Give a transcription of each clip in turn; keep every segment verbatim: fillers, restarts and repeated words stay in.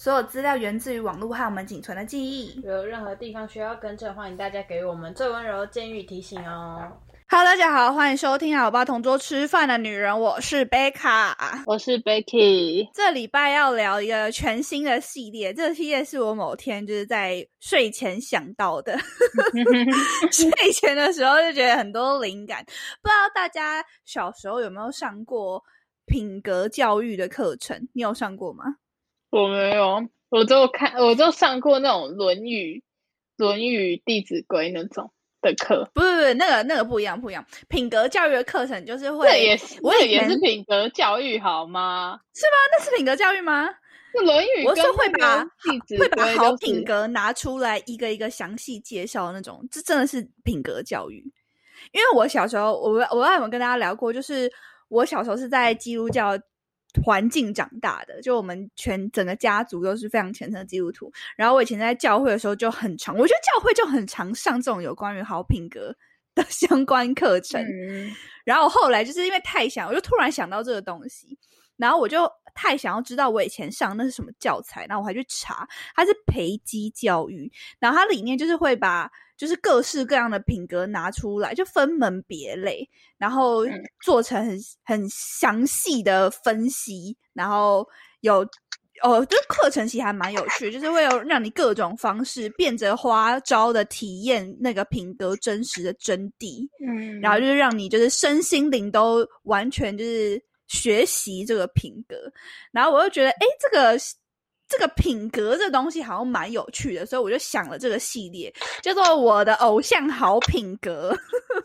所有资料源自于网络和我们仅存的记忆。 如有任何地方需要更正，欢迎大家给予我们最温柔的建议提醒哦。 Hello， 大家好，欢迎收听好吧同桌吃饭的女人，我是贝卡， 我是 Becky。 这礼拜要聊一个全新的系列，这个系列是我某天就是在睡前想到的睡前的时候就觉得很多灵感。不知道大家小时候有没有上过品格教育的课程？你有上过吗？ 我没有，我就看，我就上过那种《论语》《论语》《弟子规》那种的课。 不是不是，那个那个不一样不一样。品格教育的课程就是会， 这也是， 我这也是品格教育好吗？ 是吗？那是品格教育吗？ 那《论语》 我说会把弟子规、就是、 会把好品格拿出来一个一个详细介绍的那种，这真的是品格教育。因为我小时候，我我有没有跟大家聊过，就是我小时候是在基督教环境长大的，就我们全整个家族都是非常虔诚的基督徒。然后我以前在教会的时候就很常，我觉得教会就很常上这种有关于好品格的相关课程。嗯、然后后来就是因为太想，我就突然想到这个东西，然后我就太想要知道我以前上那是什么教材，然后我还去查，它是培基教育，然后它里面就是会把就是各式各样的品格拿出来，就分门别类，然后做成很很详细的分析，然后有哦，这课程其实还蛮有趣，就是会有让你各种方式变着花招的体验那个品格真实的真谛，嗯，然后就是让你就是身心灵都完全就是学习这个品格。然后我就觉得诶这个这个品格这东西好像蛮有趣的，所以我就想了这个系列叫做我的偶像好品格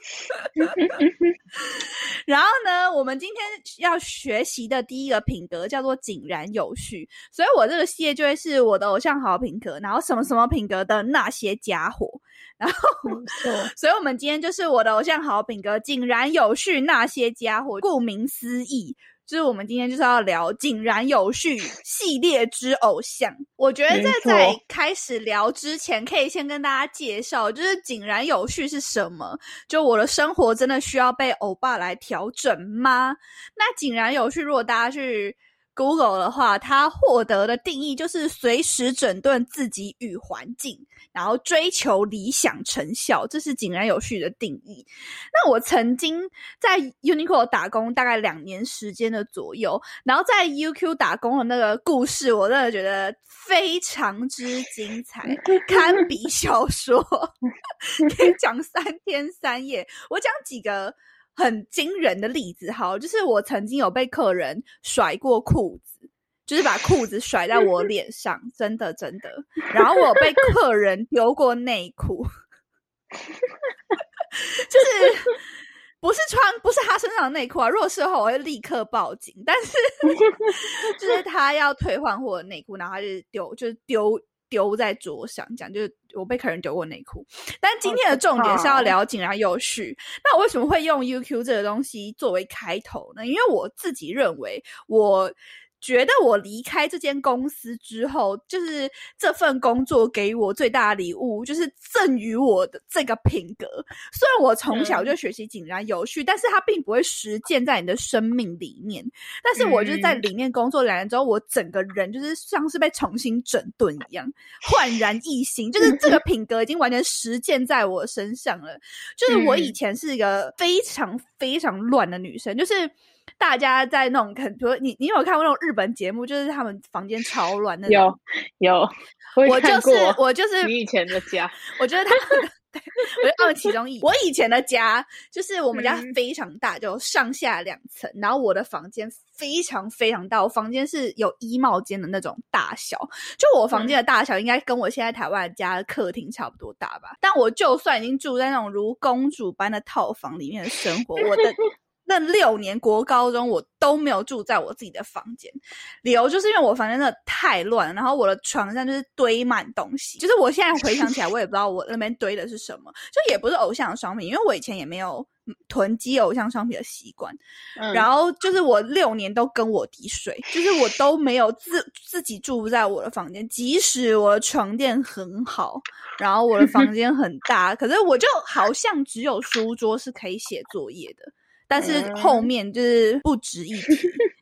然后呢我们今天要学习的第一个品格叫做井然有序，所以我这个系列就会是我的偶像好品格，然后什么什么品格的那些家伙，然后所以我们今天就是我的偶像好品格井然有序那些家伙，顾名思义就是我们今天就是要聊井然有序系列之偶像。我觉得在在开始聊之前可以先跟大家介绍就是井然有序是什么，就我的生活真的需要被欧巴来调整吗？那井然有序如果大家去Google 的话，它获得的定义就是随时整顿自己与环境，然后追求理想成效，这是井然有序的定义。那我曾经在 Uniqlo 打工大概两年时间的左右，然后在 U Q 打工的那个故事我真的觉得非常之精彩，堪比小说可以讲三天三夜。我讲几个很惊人的例子，好，就是我曾经有被客人甩过裤子，就是把裤子甩在我脸上，真的真的。然后我被客人丢过内裤，就是不是穿不是他身上的内裤啊，如果是的话我会立刻报警，但是就是他要退换货的内裤，然后他就丢就是丢丢在桌上，这样就是我被客人丢过内裤。但今天的重点是要聊井然有序。那我为什么会用 U Q 这个东西作为开头呢？因为我自己认为我觉得我离开这间公司之后，就是这份工作给予我最大的礼物就是赠予我的这个品格。虽然我从小就学习井然有序、嗯、但是它并不会实践在你的生命里面，但是我就是在里面工作两年之后、嗯、我整个人就是像是被重新整顿一样，焕然一新，就是这个品格已经完全实践在我身上了。就是我以前是一个非常非常乱的女生，就是大家在那种比如你你有看过那种日本节目，就是他们房间超乱那种？ 有有， 我就是我就是你以前的家， 我觉得他们对，我就他们其中一我以前的家就是我们家非常大，就上下两层，然后我的房间非常非常大，我房间是有衣帽间的那种大小，就我房间的大小应该跟我现在台湾的家的客厅差不多大吧。但我就算已经住在那种如公主般的套房里面的生活，我的那六年国高中我都没有住在我自己的房间，理由就是因为我房间真的太乱，然后我的床上就是堆满东西，就是我现在回想起来我也不知道我那边堆的是什么，就也不是偶像商品，因为我以前也没有囤积偶像商品的习惯、嗯、然后就是我六年都跟我弟睡，就是我都没有自自己住在我的房间，即使我的床垫很好，然后我的房间很大可是我就好像只有书桌是可以写作业的，但是后面就是不值一提、嗯、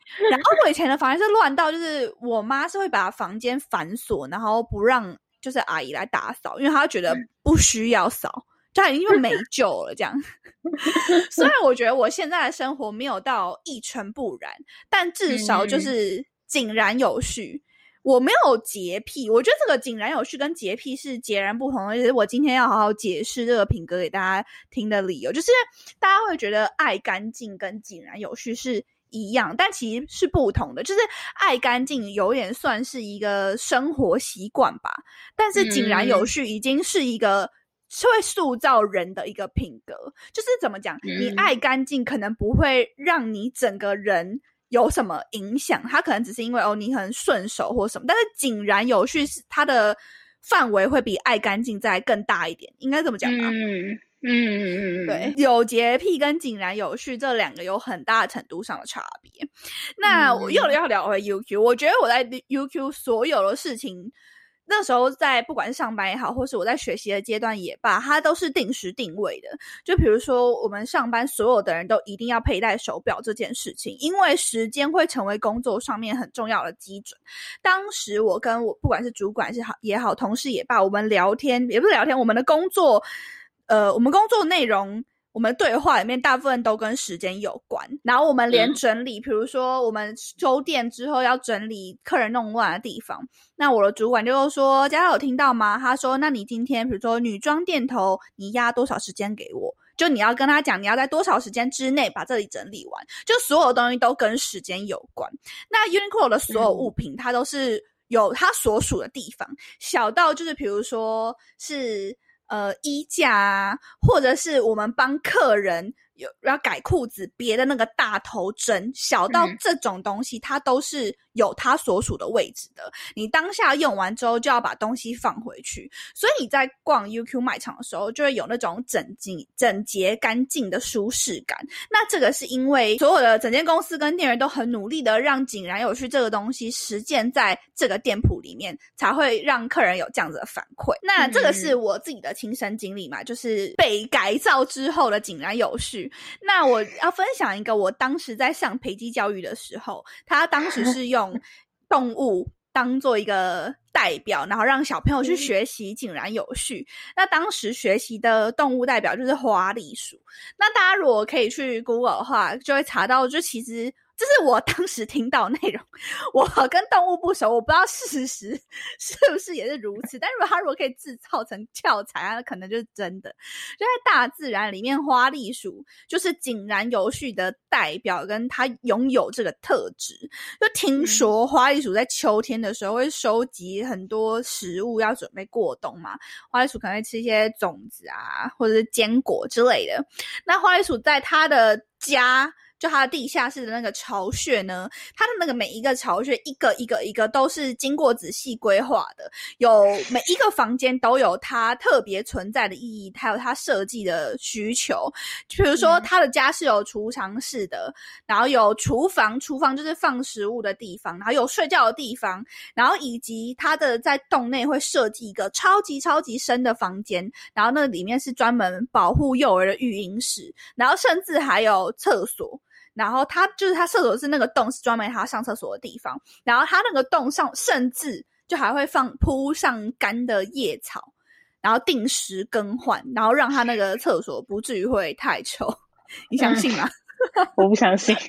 然后我以前的房间是乱到，就是我妈是会把房间反锁，然后不让就是阿姨来打扫，因为她觉得不需要扫，就她已经没救了这样。虽然我觉得我现在的生活没有到一尘不染，但至少就是井然有序。我没有洁癖，我觉得这个井然有序跟洁癖是截然不同的，就是我今天要好好解释这个品格给大家听的理由，就是大家会觉得爱干净跟井然有序是一样，但其实是不同的。就是爱干净有点算是一个生活习惯吧，但是井然有序已经是一个会塑造人的一个品格。就是怎么讲，你爱干净可能不会让你整个人有什么影响，它可能只是因为哦你很顺手或什么，但是井然有序它的范围会比爱干净再更大一点，应该这么讲吧。 嗯嗯嗯嗯， 对，有洁癖跟井然有序这两个有很大程度上的差别。那我又要聊回 U Q， 我觉得我在 U Q 所有的事情，那时候在不管是上班也好，或是我在学习的阶段也罢，它都是定时定位的。就比如说我们上班所有的人都一定要佩戴手表这件事情，因为时间会成为工作上面很重要的基准。当时我跟我不管是主管是好也好，同事也罢，我们聊天也不是聊天，我们的工作呃，我们工作内容我们对话里面大部分都跟时间有关，然后我们连整理、嗯、比如说我们收店之后要整理客人弄乱的地方，那我的主管就说佳佳有听到吗？他说那你今天比如说女装店头你压多少时间给我，就你要跟他讲你要在多少时间之内把这里整理完，就所有东西都跟时间有关。那 Uniqlo 的所有物品它都是有它所属的地方、嗯、小到就是比如说是呃，衣架啊，或者是我们帮客人有要改裤子别的那个大头针，小到这种东西、嗯、它都是有它所属的位置的，你当下用完之后就要把东西放回去。所以你在逛 U Q 卖场的时候就会有那种整净整洁干净的舒适感。那这个是因为所有的整间公司跟店员都很努力的让井然有序这个东西实践在这个店铺里面，才会让客人有这样子的反馈。那这个是我自己的亲身经历嘛，就是被改造之后的井然有序。那我要分享一个我当时在上培基教育的时候，他当时是用动物当做一个代表，然后让小朋友去学习井然有序、嗯、那当时学习的动物代表就是花栗鼠。那大家如果可以去 Google 的话就会查到，就其实这是我当时听到的内容，我跟动物不熟，我不知道事实是不是也是如此，但如果它如果可以制造成教材，那可能就是真的。就在大自然里面，花栗鼠就是井然有序的代表，跟它拥有这个特质。就听说花栗鼠在秋天的时候会收集很多食物要准备过冬嘛，花栗鼠可能会吃一些种子啊或者是坚果之类的。那花栗鼠在它的家，就它的地下室的那个巢穴呢，它的那个每一个巢穴一个一个一个都是经过仔细规划的，有每一个房间都有它特别存在的意义，还有它设计的需求。比如说它的家是有储藏室的，然后有厨房，厨房就是放食物的地方，然后有睡觉的地方，然后以及它的在洞内会设计一个超级超级深的房间，然后那里面是专门保护幼儿的育婴室，然后甚至还有厕所。然后他就是他厕所是那个洞是专门他上厕所的地方，然后他那个洞上甚至就还会放铺上干的叶草，然后定时更换，然后让他那个厕所不至于会太臭。你相信吗？ 嗯、我不相信。所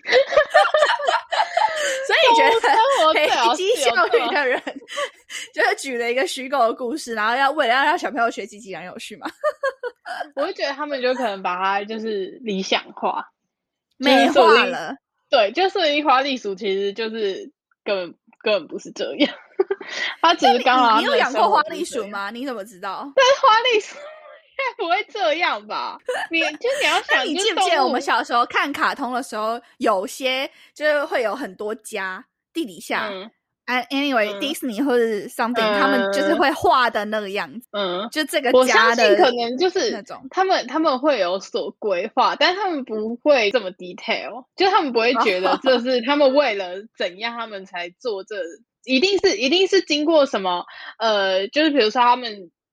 以你觉得培基教育的人就是举了一个虚构的故事，然后要为了要让小朋友学习井然有序吗？ 我会觉得他们就可能把它就是理想化。 美化了， 对，就是花栗鼠其实就是根本根本不是这样，它只是刚好。 你有养过花栗鼠吗？你怎么知道？ 但是花栗鼠应该不会这样吧？你就你要想， 你记不记得我们小时候看卡通的时候，有些就是会有很多家地底下。嗯Anyway、嗯、Disney 或者 something、嗯、他们就是会画的那个样子，嗯，就这个家的， 我相信可能就是那种他们他们会有所规划，但他们不会这么 detail， 就他们不会觉得这是他们为了怎样他们才做这，一定是一定是经过什么呃，就是比如说他们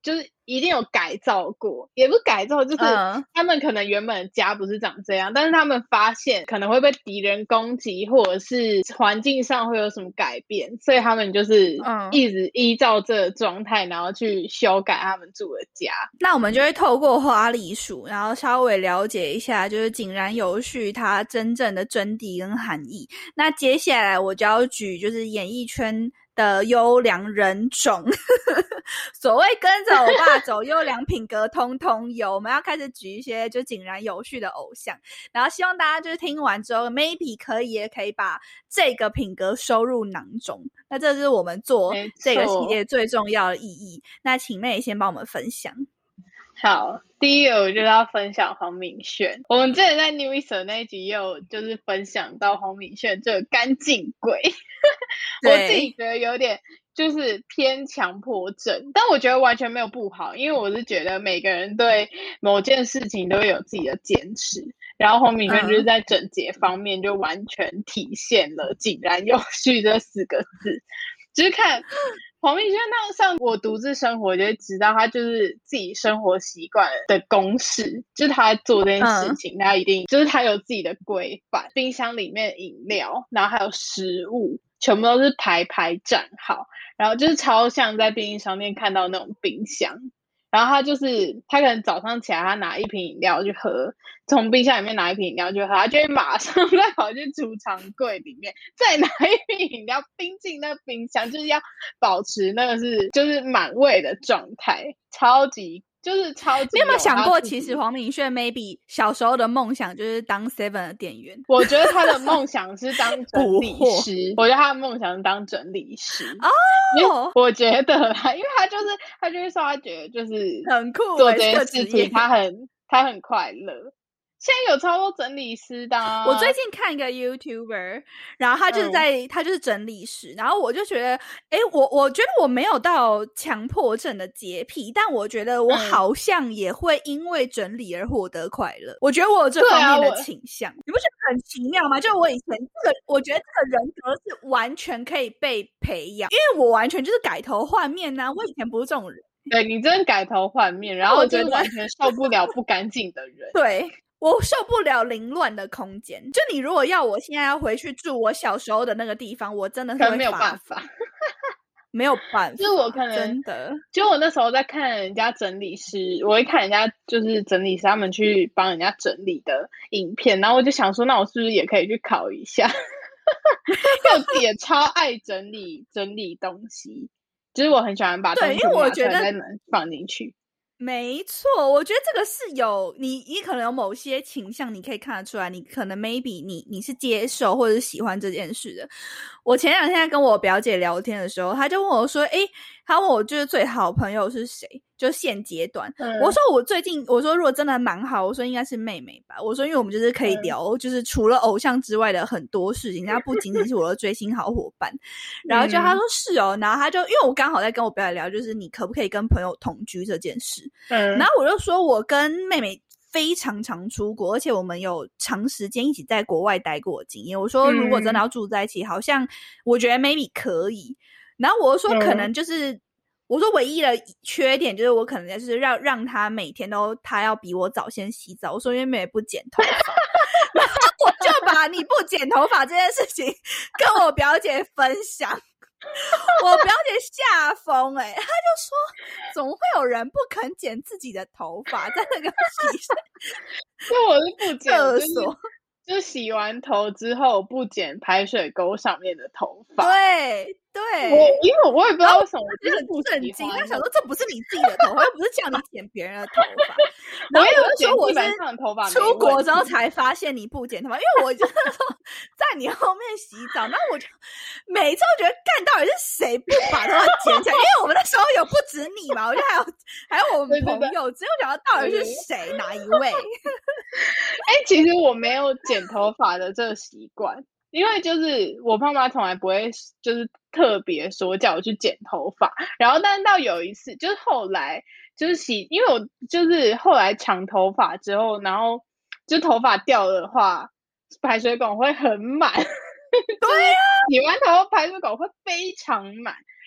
就是一定有改造过，也不是改造，就是他们可能原本的家不是长这样，嗯、但是他们发现可能会被敌人攻击，或者是环境上会有什么改变，所以他们就是一直依照这个状态，然后去修改他们住的家。 那我们就会透过花栗鼠，然后稍微了解一下，就是井然有序它真正的真谛跟含义。那接下来我就要举就是演艺圈的优良人种所谓跟着欧巴走优良品格通通有，我们要开始举一些就井然有序的偶像，然后希望大家就是听完之后 maybe 可以也可以把这个品格收入囊中，那这是我们做这个系列最重要的意义。那请妹先帮我们分享。 好，第一个我就是要分享黄敏炫。我们之前在 New Easter 那一集也有就是分享到黄敏炫这个干净鬼我自己觉得有点就是偏强迫症，但我觉得完全没有不好，因为我是觉得每个人对某件事情都会有自己的坚持，然后黄敏炫就是在整洁方面就完全体现了井然有序这四个字。就是看黄敏炫那上我独自生活就会知道他就是自己生活习惯的公式，就是他做这件事情、嗯、他一定就是他有自己的规范，冰箱里面饮料然后还有食物全部都是排排站好，然后就是超像在便利商店看到那种冰箱，然后他就是他可能早上起来他拿一瓶饮料去喝，从冰箱里面拿一瓶饮料去喝，他就会马上再跑去储藏柜里面再拿一瓶饮料冰进那冰箱，就是要保持那个是就是满胃的状态，超级就是超级。 你有没有想过其实黄敏炫 maybe 小时候的梦想就是当 seven 的店员？ 我觉得他的梦想是当整理师我觉得他的梦想是当整理师哦，我觉得啦，因为他就是他就会说他觉得就是很酷做这件事情他很他很快乐。现在有超多整理师的、啊、 我最近看一个 YouTuber 然后他就是在、嗯、他就是整理师，然后我就觉得诶我我觉得我没有到强迫症的洁癖，但我觉得我好像也会因为整理而获得快乐、嗯、我觉得我有这方面的倾向、啊、你不觉得很奇妙吗？就我以前这个我觉得这个人格是完全可以被培养，因为我完全就是改头换面啊，我以前不是这种人。 对，你真的改头换面，然后就是完全受不了不干净的人对，我受不了凌乱的空间，就你如果要我现在要回去住我小时候的那个地方，我真的是会没有办法没有办法， 就是我可能真的就我那时候在看人家整理师，我会看人家就是整理师他们去帮人家整理的影片，然后我就想说那我是不是也可以去考一下因为我自己也超爱整理整理东西，就是我很喜欢把东西拿出来再放进去。 没错，我觉得这个是有你你可能有某些倾向你可以看得出来，你可能 maybe 你你是接受或者是喜欢这件事的。我前两天在跟我表姐聊天的时候，她就问我说诶她问我就是最好朋友是谁，就现阶段、嗯、我说我最近我说如果真的蛮好，我说应该是妹妹吧，我说因为我们就是可以聊、嗯、就是除了偶像之外的很多事情，她不仅仅是我的追星好伙伴然后就她说是哦，然后她就因为我刚好在跟我表姐聊就是你可不可以跟朋友同居这件事、嗯、然后我就说我跟妹妹非常常出国，而且我们有长时间一起在国外待过的经验，我说如果真的要住在一起、嗯、好像我觉得 maybe 可以，然后我说可能就是、嗯、我说唯一的缺点就是我可能就是让让他每天都他要比我早先洗澡，我说因为妹妹不剪头发然后我就把你不剪头发这件事情跟我表姐分享我表姐吓疯哎，她就说怎么会有人不肯剪自己的头发在那个洗因为我是不剪厕所、就是就洗完头之后不剪排水沟上面的头发。 对对， 我因为我也不知道为什么，我就是很震惊。他想说这不是你自己的头发，又不是叫你剪别人的头发。然后我就说我是出国之后才发现你不剪头发，因为我就是在你后面洗澡，然后我就每次都觉得干到底是谁不把头发剪起来？因为我们那时候有不止你嘛，我就还有还有我们朋友，只有讲到到底是谁哪一位。 哎、欸，其实我没有剪头发的这个习惯，因为就是我爸妈从来不会就是特别说叫我去剪头发，然后但是到有一次就是后来就是洗，因为我就是后来长头发之后，然后就头发掉的话排水管会很满对呀、啊，洗完头排水管会非常满，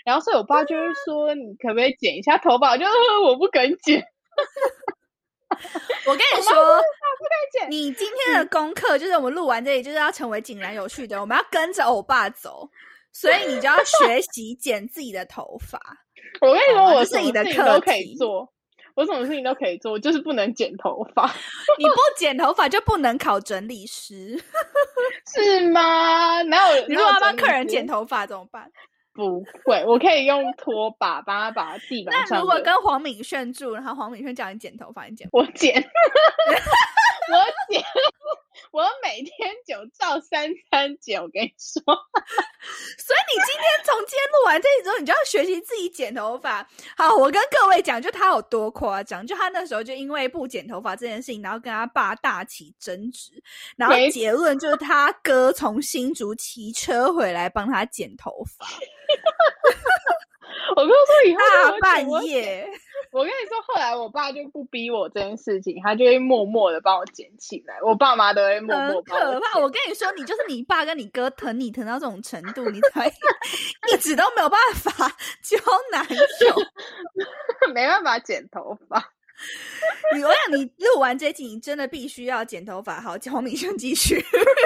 然后所以我爸就会说你可不可以剪一下头发，我就我不敢剪。 我跟你说，你今天的功课就是我们录完这里就是要成为井然有序的，我们要跟着欧巴走，所以你就要学习剪自己的头发。 我跟你说，我什么事情都可以做，我什么事情都可以做，就是不能剪头发。 你不剪头发就不能考整理师， 是吗？哪有？ 你如果要帮客人剪头发怎么办？ 不会，我可以用拖把帮他把地板上。 那如果跟黄敏炫住，然后黄敏炫叫你剪头发，你剪？ 我剪，我剪，我每天九照三餐剪。我跟你说， 所以你今天从今天录完这一之后，你就要学习自己剪头发。好，我跟各位讲，就他有多夸张，就他那时候就因为不剪头发这件事情，然后跟他爸大起争执，然后结论就是他哥从新竹骑车回来帮他剪头发。 我跟你说，以后大半夜， 我跟你说，后来我爸就不逼我这件事情，他就会默默的帮我捡起来。我爸妈都会默默帮我捡。 很可怕！我跟你说，你就是你爸跟你哥疼你疼到这种程度，你才一直都没有办法交男友， 没办法剪头发。 你我想你录完这集，你真的必须要剪头发。好，黄敏炫继续。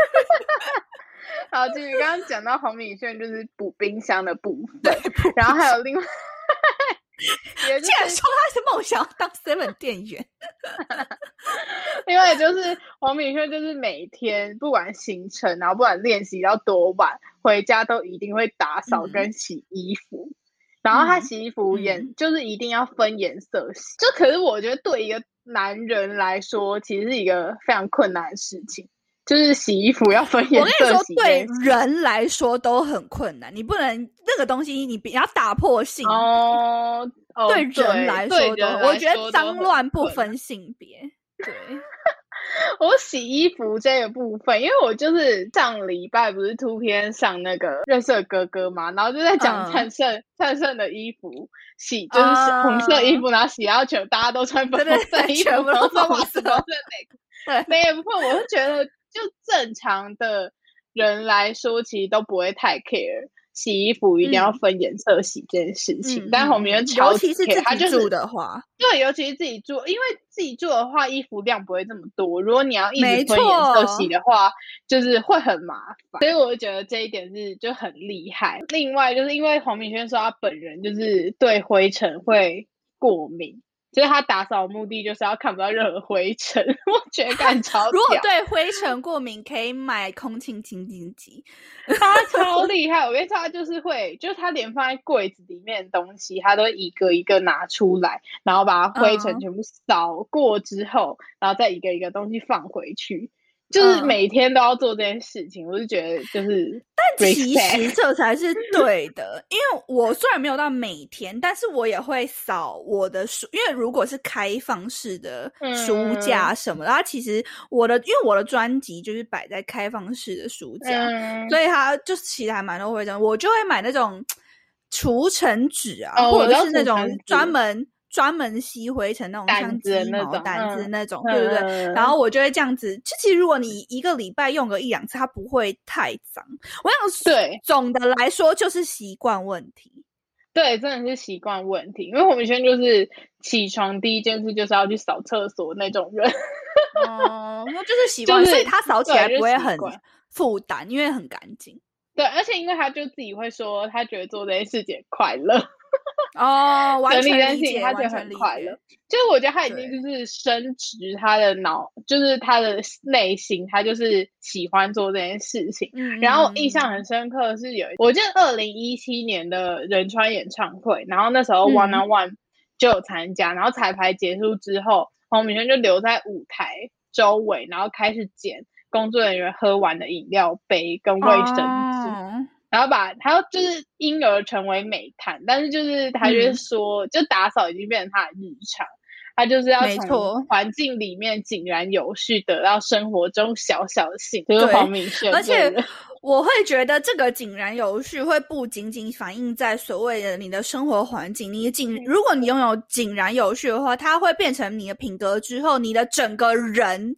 好，继续。刚刚讲到黄敏炫就是补冰箱的部分，然后还有另外， 竟然说他是梦想当 seven 店员。 另外就是黄敏炫就是每天不管行程，然后不管练习到多晚，回家都一定会打扫跟洗衣服。嗯、然后他洗衣服颜、嗯、就是一定要分颜色洗。就可是我觉得对一个男人来说，其实是一个非常困难的事情。就是洗衣服要分颜色洗。 我跟你说，对人来说都很困难，你不能那个东西，你不要打破性别。 哦，哦对人来说都，我觉得脏乱不分性别。对， 我洗衣服这个部分，因为我就是上礼拜不是突篇上那个认识的哥哥嘛，然后就在讲灿盛、嗯、灿盛的衣服洗，就是红色衣服，嗯、然后洗要求大家都穿粉红色衣服， 红色袜子、红色内裤。对，那一部分我是觉得。就正常的人来说，其实都不会太 care 洗衣服一定要分颜色洗这件事情。嗯、但黄敏炫超级 care， 他就是自己住的话， 对，尤其是自己住，因为自己住的话，衣服量不会这么多。如果你要一直分颜色洗的话，就是会很麻烦。所以我就觉得这一点是就很厉害。另外，就是因为黄敏炫说他本人就是对灰尘会过敏。就是他打扫的目的就是要看不到任何灰尘，我觉得干超屌。 如果对灰尘过敏，可以买空气清净机。 他超厉害，我跟你说，他就是会，就是他连放在柜子里面的东西，他都一个一个拿出来，然后把灰尘全部扫过之后，嗯、然后再一个一个东西放回去。就是每天都要做这件事情，嗯、我就觉得就是， 但其实这才是对的。因为我虽然没有到每天，但是我也会扫我的书，因为如果是开放式的书架什么的，它、嗯、其实我的，因为我的专辑就是摆在开放式的书架，嗯、所以它就是其实还蛮多灰尘，我就会买那种除尘纸啊， 哦、 或者是那种专门。专门吸灰尘那种，像鸡毛掸子那种， 嗯、 对不对？嗯、然后我就会这样子。就其实如果你一个礼拜用个一两次，它不会太脏。我想， 对， 总的来说就是习惯问题。 对，真的是习惯问题。因为黄敏炫就是起床第一件事就是要去扫厕所那种人。 哦，那就是习惯，就是、所以他扫起来不会很负担，因为很干净。 对，而且因为他就自己会说，他觉得做这件事情很快乐。 哦，完全理解， 他觉得很快乐。就是我觉得他已经就是深植他的脑，就是他的内心，他就是喜欢做这件事情。嗯、然后我印象很深刻的是有，我记得二零一七年的仁川演唱会，然后那时候 One on One 就有参加，嗯、然后彩排结束之后，黄敏炫就留在舞台周围，然后开始捡工作人员喝完的饮料杯跟卫生纸。哦，然后把他就是因而成为美谈，但是就是他就是说，嗯、就打扫已经变成他的日常，他就是要从环境里面井然有序得到生活中小小的幸福。就是黄敏炫， 而且我会觉得这个井然有序会不仅仅反映在所谓的你的生活环境，你井如果你拥有井然有序的话，它会变成你的品格之后，你的整个人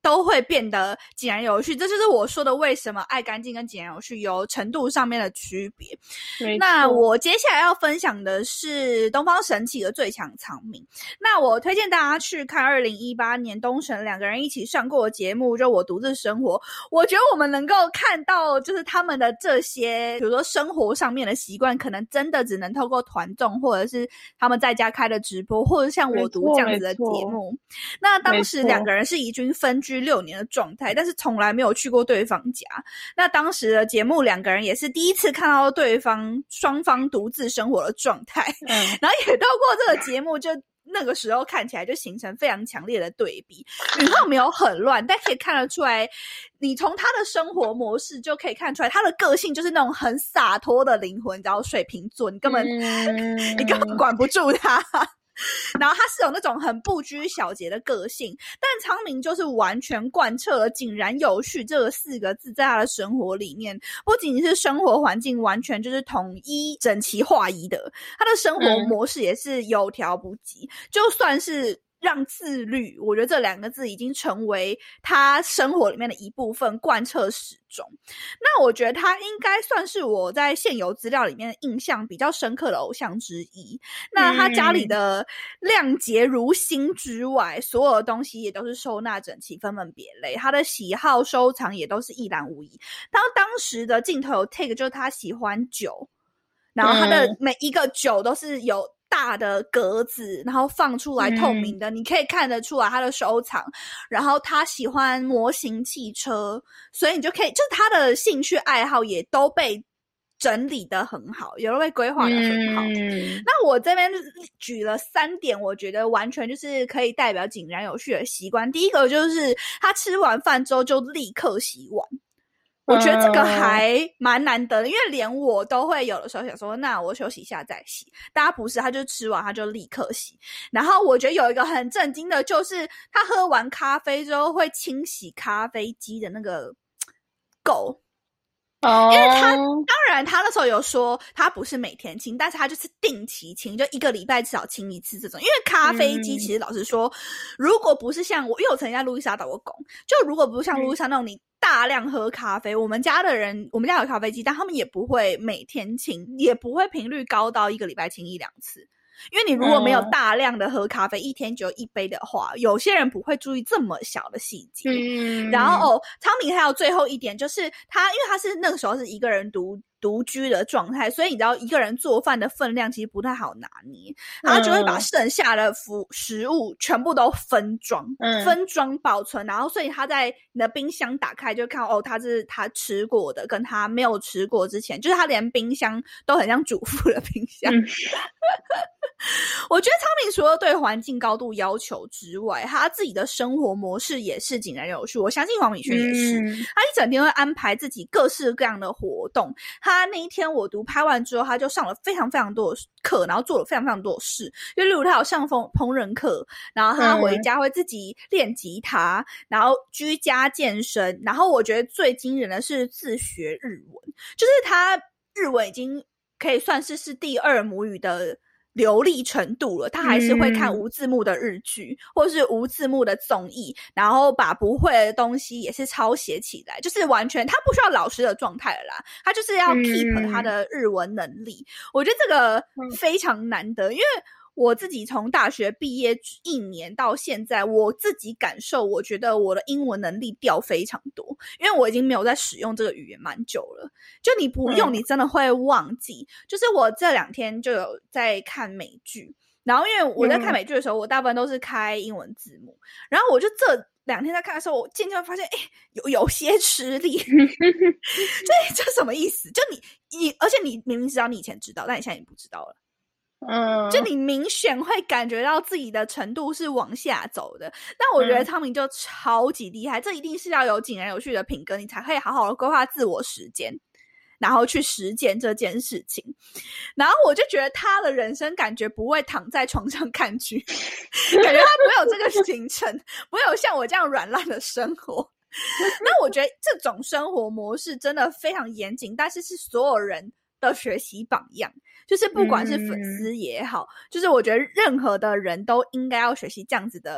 都会变得井然有序。这就是我说的为什么爱干净跟井然有序有程度上面的区别。那我接下来要分享的是东方神起的最强藏民。那我推荐大家去看二零一八年东神两个人一起上过的节目，就我独自生活。我觉得我们能够看到就是他们的这些比如说生活上面的习惯，可能真的只能透过团综或者是他们在家开的直播，或者像我读这样子的节目。那当时两个人是移居分居六年的状态，但是从来没有去过对方家。那当时的节目两个人也是第一次看到对方双方独自生活的状态、嗯、然后也透过这个节目就那个时候看起来就形成非常强烈的对比。宇浩没有很乱，但可以看得出来，你从他的生活模式就可以看出来，他的个性就是那种很洒脱的灵魂，你知道水瓶座，你根本、嗯、你根本管不住他。然后他是有那种很不拘小节的个性，但昌明就是完全贯彻了井然有序这个四个字在他的生活里面，不仅是生活环境完全就是统一整齐划一的，他的生活模式也是有条不紊、嗯、就算是让自律，我觉得这两个字已经成为他生活里面的一部分，贯彻始终。那我觉得他应该算是我在现有资料里面印象比较深刻的偶像之一。那他家里的亮洁如新之外，所有的东西也都是收纳整齐，分门别类，他的喜好收藏也都是一览无遗。当当时的镜头有 take 就是他喜欢酒，然后他的每一个酒都是有大的格子，然后放出来透明的、嗯、你可以看得出来他的收藏。然后他喜欢模型汽车，所以你就可以就是他的兴趣爱好也都被整理得很好，也都被规划得很好、嗯、那我这边举了三点我觉得完全就是可以代表井然有序的习惯。第一个就是他吃完饭之后就立刻洗碗，我觉得这个还蛮难得的，因为连我都会有的时候想说那我休息一下再洗，大家不是，他就吃完他就立刻洗。然后我觉得有一个很震惊的就是他喝完咖啡之后会清洗咖啡机的那个垢，因为他当然他那时候有说他不是每天清，但是他就是定期清，就一个礼拜至少清一次这种。因为咖啡机其实老实说、嗯、如果不是像我，因为我曾经在路易莎打过工，就如果不是像路易莎那种你大量喝咖啡，我们家的人我们家有咖啡机，但他们也不会每天清，也不会频率高到一个礼拜清一两次。因为你如果没有大量的喝咖啡、嗯、一天只有一杯的话，有些人不会注意这么小的细节、嗯、然后哦，昌明还有最后一点就是他因为他是那个时候是一个人独独居的状态，所以你知道一个人做饭的分量其实不太好拿捏，然后就会把剩下的食物全部都分装、嗯、分装保存，然后所以他在你的冰箱打开就看哦，他是他吃过的跟他没有吃过之前，就是他连冰箱都很像主妇的冰箱、嗯我觉得昌明除了对环境高度要求之外，他自己的生活模式也是井然有序。我相信黄敏轩也是、嗯、他一整天会安排自己各式各样的活动。他那一天我读拍完之后，他就上了非常非常多的课，然后做了非常非常多的事，就例如他有上烹烹饪课，然后他回家会自己练吉他、嗯、然后居家健身，然后我觉得最惊人的是自学日文，就是他日文已经可以算是是第二母语的流利程度了，他还是会看无字幕的日剧、嗯、或是无字幕的综艺，然后把不会的东西也是抄写起来，就是完全他不需要老师的状态了啦，他就是要 keep 他的日文能力、嗯、我觉得这个非常难得、嗯、因为我自己从大学毕业一年到现在，我自己感受我觉得我的英文能力掉非常多，因为我已经没有在使用这个语言蛮久了，就你不用你真的会忘记、嗯、就是我这两天就有在看美剧，然后因为我在看美剧的时候、嗯、我大部分都是开英文字幕，然后我就这两天在看的时候，我渐渐发现诶有有些吃力这这什么意思，就你你而且你明明知道你以前知道，但你现在也不知道了，嗯，就你明显会感觉到自己的程度是往下走的。但我觉得昌明就超级厉害、嗯、这一定是要有井然有序的品格，你才可以好好的规划自我时间，然后去实践这件事情。然后我就觉得他的人生感觉不会躺在床上看剧感觉他不会有这个行程，不会有像我这样软烂的生活那我觉得这种生活模式真的非常严谨，但是是所有人的学习榜样，就是不管是粉丝也好、嗯、就是我觉得任何的人都应该要学习这样子的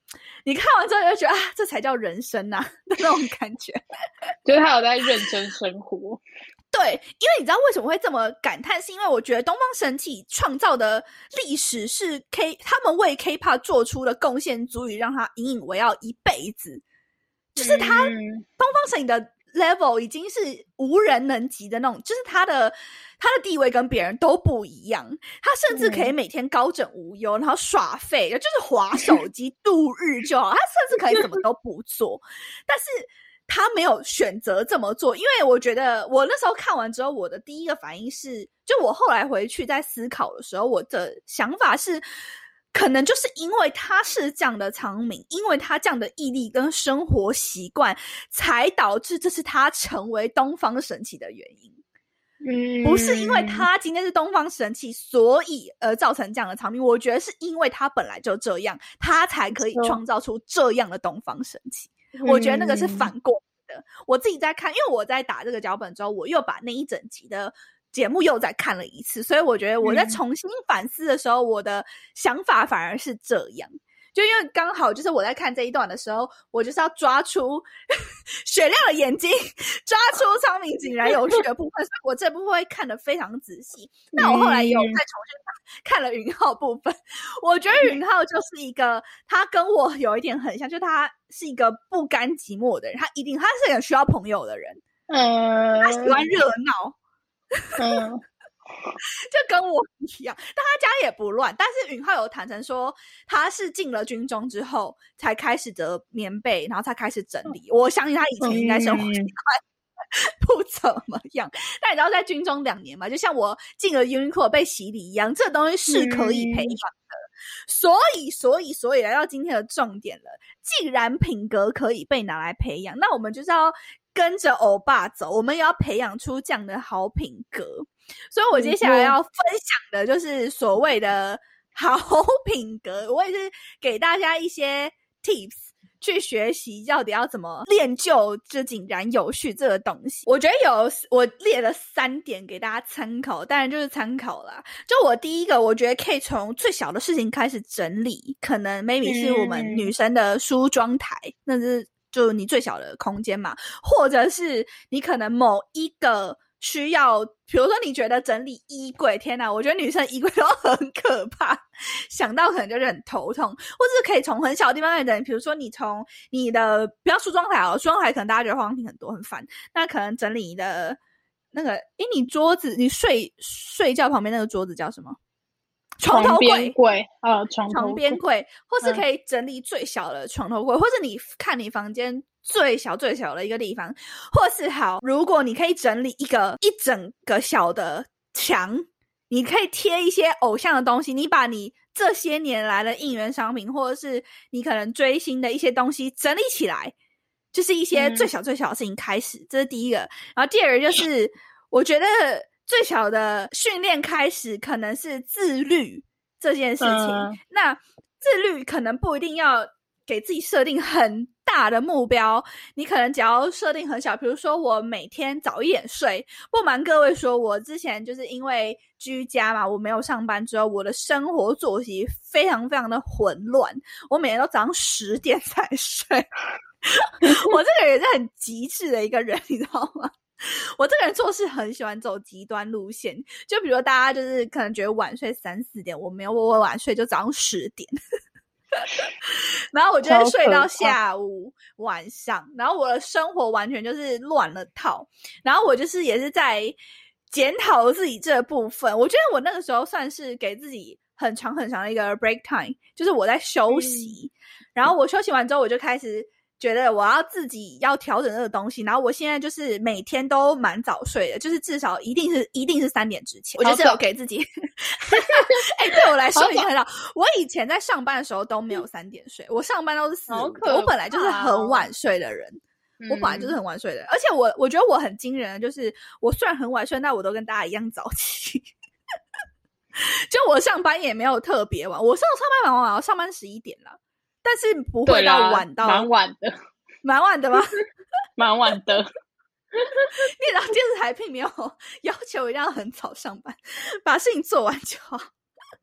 你看完之后就觉得啊，这才叫人生啊的那种感觉， 就是他有在认真生活。 对，因为你知道为什么会这么感叹，是因为我觉得东方神起创造的历史是 K 他们为 K-pop 做出的贡献足以让他引以为傲一辈子，就是他、嗯、东方神起的 level 已经是无人能及的那种，就是他的他的地位跟别人都不一样，他甚至可以每天高枕无忧，然后耍废，就是滑手机度日就好，他甚至可以什么都不做，但是他没有选择这么做，因为我觉得我那时候看完之后，我的第一个反应是，就我后来回去在思考的时候，我的想法是，可能就是因为他是这样的昌珉，因为他这样的毅力跟生活习惯，才导致这是他成为东方神起的原因。嗯，不是因为他今天是东方神起，所以而造成这样的昌珉。我觉得是因为他本来就这样，他才可以创造出这样的东方神起。我觉得那个是反过来的。我自己在看，因为我在打这个脚本之后，我又把那一整集的节目又再看了一次，所以我觉得我在重新反思的时候，嗯、我的想法反而是这样。就因为刚好就是我在看这一段的时候，我就是要抓出雪亮的眼睛，抓出昌珉井然有序的部分，所以我这部分会看得非常仔细。那我后来也有再重新看了允浩部分，我觉得允浩就是一个他跟我有一点很像，就他是一个不甘寂寞的人，他一定他是很需要朋友的人，嗯，他喜欢热闹，嗯。就跟我一样，但他家也不乱。但是允浩有坦诚说，他是进了军中之后才开始折棉被，然后才开始整理。我相信他以前应该生活习惯不怎么样。但你知道，在军中两年嘛，就像我进了 Uniqlo 被洗礼一样，这东西是可以培养的。所以，所以，所以来到今天的重点了。既然品格可以被拿来培养，那我们就是要跟着欧巴走，我们也要培养出这样的好品格。所以我接下来要分享的就是所谓的好品格，我也是给大家一些 tips 去学习到底要怎么练就这井然有序这个东西。我觉得有我列了三点给大家参考，当然就是参考啦。就我第一个，我觉得可以从最小的事情开始整理，可能 maybe 是我们女生的梳妆台，嗯、那是就你最小的空间嘛，或者是你可能某一个需要，比如说你觉得整理衣柜，天哪，我觉得女生衣柜都很可怕，想到可能就是很头痛，或者是可以从很小的地方开始整理，比如说你从你的不要梳妆台哦，梳妆台可能大家觉得化妆品很多很烦，那可能整理你的那个，诶，你桌子，你睡睡觉旁边那个桌子叫什么？床头柜， 柜啊，床床边柜，或是可以整理最小的床头柜，嗯、或是你看你房间最小最小的一个地方，或是好，如果你可以整理一个一整个小的墙，你可以贴一些偶像的东西，你把你这些年来的应援商品，或者是你可能追星的一些东西整理起来，就是一些最小最小的事情开始，嗯、这是第一个。然后第二个就是我觉得最小的训练开始可能是自律这件事情，嗯、那自律可能不一定要给自己设定很大的目标，你可能只要设定很小，比如说我每天早一点睡。不瞒各位说，我之前就是因为居家嘛，我没有上班之后，我的生活作息非常非常的混乱，我每天都早上十点才睡我这个人也是很极致的一个人，你知道吗？我这个人做事很喜欢走极端路线，就比如大家就是可能觉得晚睡三四点，我没有，我晚睡就早上十点然后我就会睡到下午晚上，然后我的生活完全就是乱了套，然后我就是也是在检讨自己这部分。我觉得我那个时候算是给自己很长很长的一个 break time， 就是我在休息，嗯、然后我休息完之后我就开始觉得我要自己要调整这个东西，然后我现在就是每天都蛮早睡的，就是至少一定是一定是三点之前，我就是有给自己哎、欸，对我来说已经很好。我以前在上班的时候都没有三点睡，我上班都是四五点，我本来就是很晚睡的人，嗯、我本来就是很晚睡的人，而且我我觉得我很惊人的就是我虽然很晚睡，但我都跟大家一样早起就我上班也没有特别晚，我上上班蛮晚，我上班十一点了，但是不会到晚到蛮晚的， 蛮晚的吗？ 蛮晚的。 你知道电视台并没有要求一定要很早上班，把事情做完就好。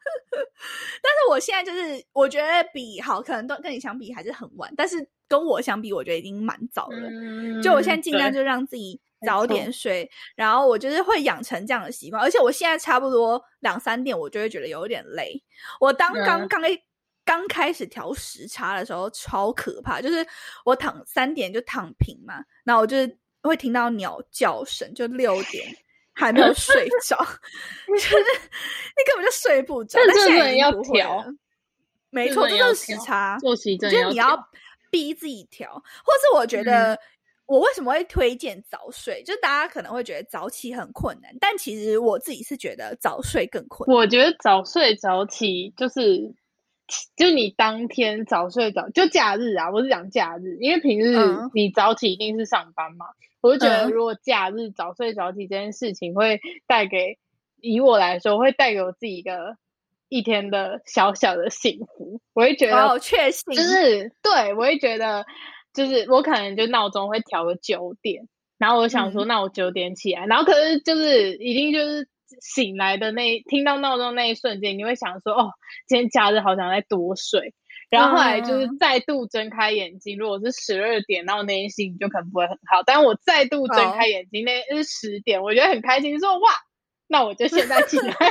但是我现在就是我觉得比好可能都跟你相比还是很晚，但是跟我相比我觉得已经蛮早了、嗯、就我现在尽量就让自己早点睡，然后我就是会养成这样的习惯，而且我现在差不多两三点我就会觉得有点累。我当刚刚、嗯、刚开始调时差的时候超可怕，就是我躺三点就躺平嘛，然后我就是会听到鸟叫声，就六点还没有睡着就是你根本就睡不着。但现在要调，没错，这就是时差作息真的要调，就是你要逼自己调。或是我觉得、嗯、我为什么会推荐早睡，就是大家可能会觉得早起很困难，但其实我自己是觉得早睡更困难。 我觉得早睡早起就是就你当天早睡早，就假日啊，我是讲假日，因为平日你早起一定是上班嘛、嗯、我就觉得如果假日早睡早起这件事情会带给以我来说会带给我自己一个一天的小小的幸福。我会觉得哦，确信就是对，我会觉得就是我可能就闹钟会调个九点，然后我想说、嗯、那我九点起来，然后可是就是一定就是醒来的那听到闹钟那一瞬间你会想说哦，今天假日好想再多睡，然后后来就是再度睁开眼睛、嗯、如果是十二点然后那天心情就可能不会很好，但我再度睁开眼睛、哦、那是十点我觉得很开心，说哇那我就现在起来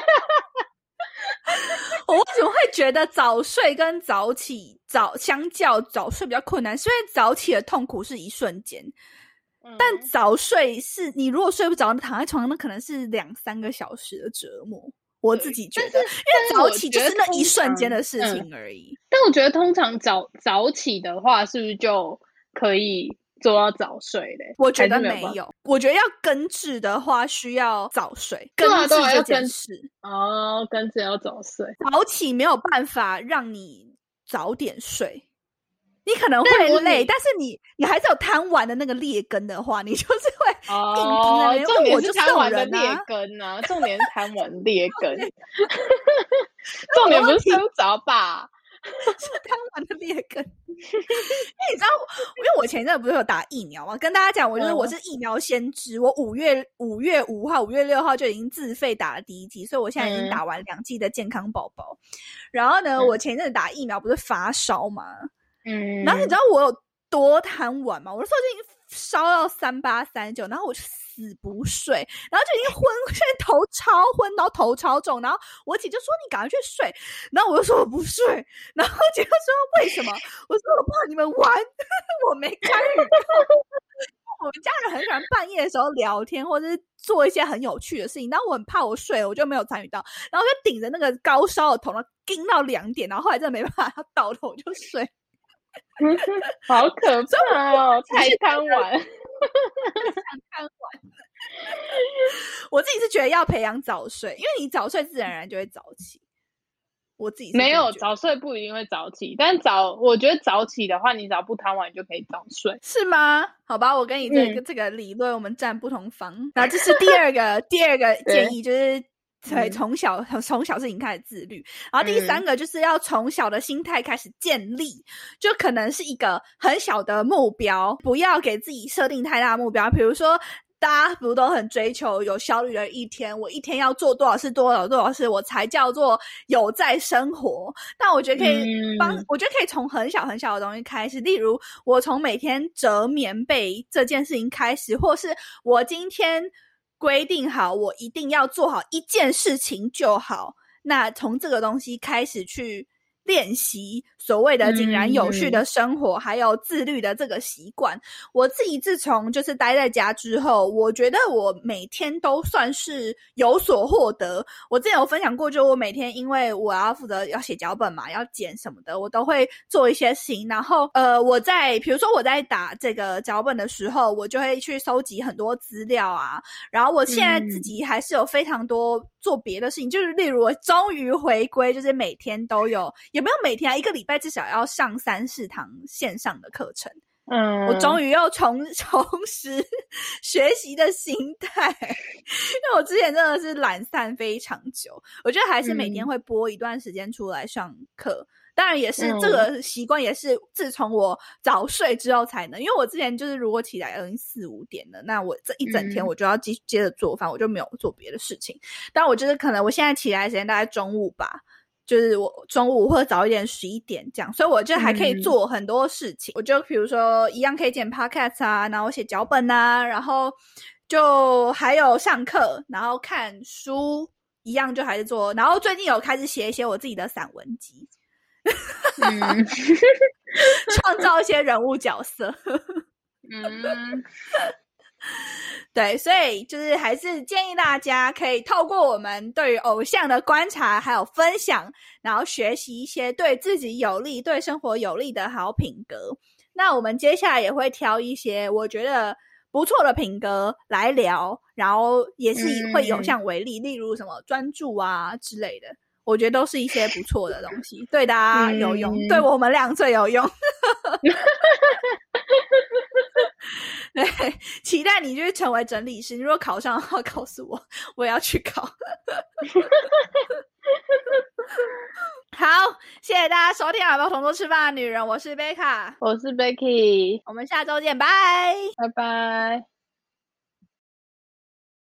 我为什么会觉得早睡跟早起早相较早睡比较困难，是因为早起的痛苦是一瞬间、嗯、但早睡是你如果睡不着躺在床上那可能是两三个小时的折磨，我自己觉得因为早起就是那一瞬间的事情而已、 嗯、但我觉得通常早早起的话是不是就可以做到早睡嘞？ 我觉得没有，我觉得要根治的话需要早睡，根治这件事、 啊啊、哦，根治要早睡， 早起没有办法让你早点睡，你可能会累，但是你你还是有贪玩的那个劣根的话，你就是会硬盯在那边。 重点是贪玩的劣根啊，重点是贪玩劣根，重点不是睡不着吧？ 是贪玩的劣根。因为你知道，因为我前阵子不是有打疫苗嘛，跟大家讲，我就是我是疫苗先知，我五月五月五号、五月六号就已经自费打了第一剂，所以我现在已经打完两剂的健康宝宝。然后呢，我前阵子打疫苗不是发烧嘛，嗯，然后你知道我有多贪玩吗？我那时候就已经烧到三八三九，然后我就死不睡，然后就已经昏，现在头超昏，然后头超重，然后我姐就说你赶快去睡，然后我就说我不睡，然后姐就说为什么？我说我怕你们玩，我没参与。我们家人很喜欢半夜的时候聊天，或者是做一些很有趣的事情，但我很怕我睡了，我就没有参与到，然后就顶着那个高烧的头，然后盯到两点，然后后来真的没办法，他倒头就睡。 好可怕哦！太贪玩， 贪玩。我自己是觉得要培养早睡，因为你早睡自然而然就会早起。我自己是没有早睡不一定会早起，但早我觉得早起的话，你只要不贪玩就可以早睡， 是吗？好吧，我跟你这个、嗯、这个理论我们站不同方。然后这是第二个第二个建议，就是对从小从小事情开始自律。然后第三个就是要从小的心态开始建立，嗯、就可能是一个很小的目标，不要给自己设定太大的目标，比如说。大家不都很追求有效率的一天，我一天要做多少事多少多少事我才叫做有在生活，但我觉得可以帮、嗯、我觉得可以从很小很小的东西开始，例如我从每天折棉被这件事情开始，或是我今天规定好我一定要做好一件事情就好，那从这个东西开始去练习所谓的井然有序的生活、嗯、还有自律的这个习惯。我自己自从就是待在家之后，我觉得我每天都算是有所获得。我之前有分享过，就我每天因为我要负责要写脚本嘛，要剪什么的，我都会做一些事情，然后呃，我在比如说我在打这个脚本的时候，我就会去收集很多资料啊，然后我现在自己还是有非常多做别的事情、嗯、就是例如我终于回归，就是每天都有，也没有每天啊，一个礼拜至少要上三四堂线上的课程。嗯，我终于又重重拾学习的心态，因为我之前真的是懒散非常久，我觉得还是每天会拨一段时间出来上课、嗯、当然也是这个习惯也是自从我早睡之后才能，因为我之前就是如果起来已经四五点了，那我这一整天我就要接接着做饭，我就没有做别的事情，但我就是可能我现在起来的时间大概中午吧， 就是我中午或者早一点十一点这样，所以我就还可以做很多事情、嗯、我就比如说一样可以剪 podcast 啊，然后写脚本啊，然后就还有上课，然后看书一样就还是做，然后最近有开始写一些我自己的散文集嗯，创造一些人物角色嗯，对，所以就是还是建议大家可以透过我们对于偶像的观察还有分享，然后学习一些对自己有利对生活有利的好品格。那我们接下来也会挑一些我觉得不错的品格来聊，然后也是会以偶像为例、嗯、例如什么专注啊之类的，我觉得都是一些不错的东西，对大家有用、嗯、对我们俩最有用对，期待你就是成为整理师，你如果考上的话告诉我，我也要去考好，谢谢大家收听好不好同桌吃饭的女人，我是贝卡， 我是 Becky， 我们下周见，拜拜拜。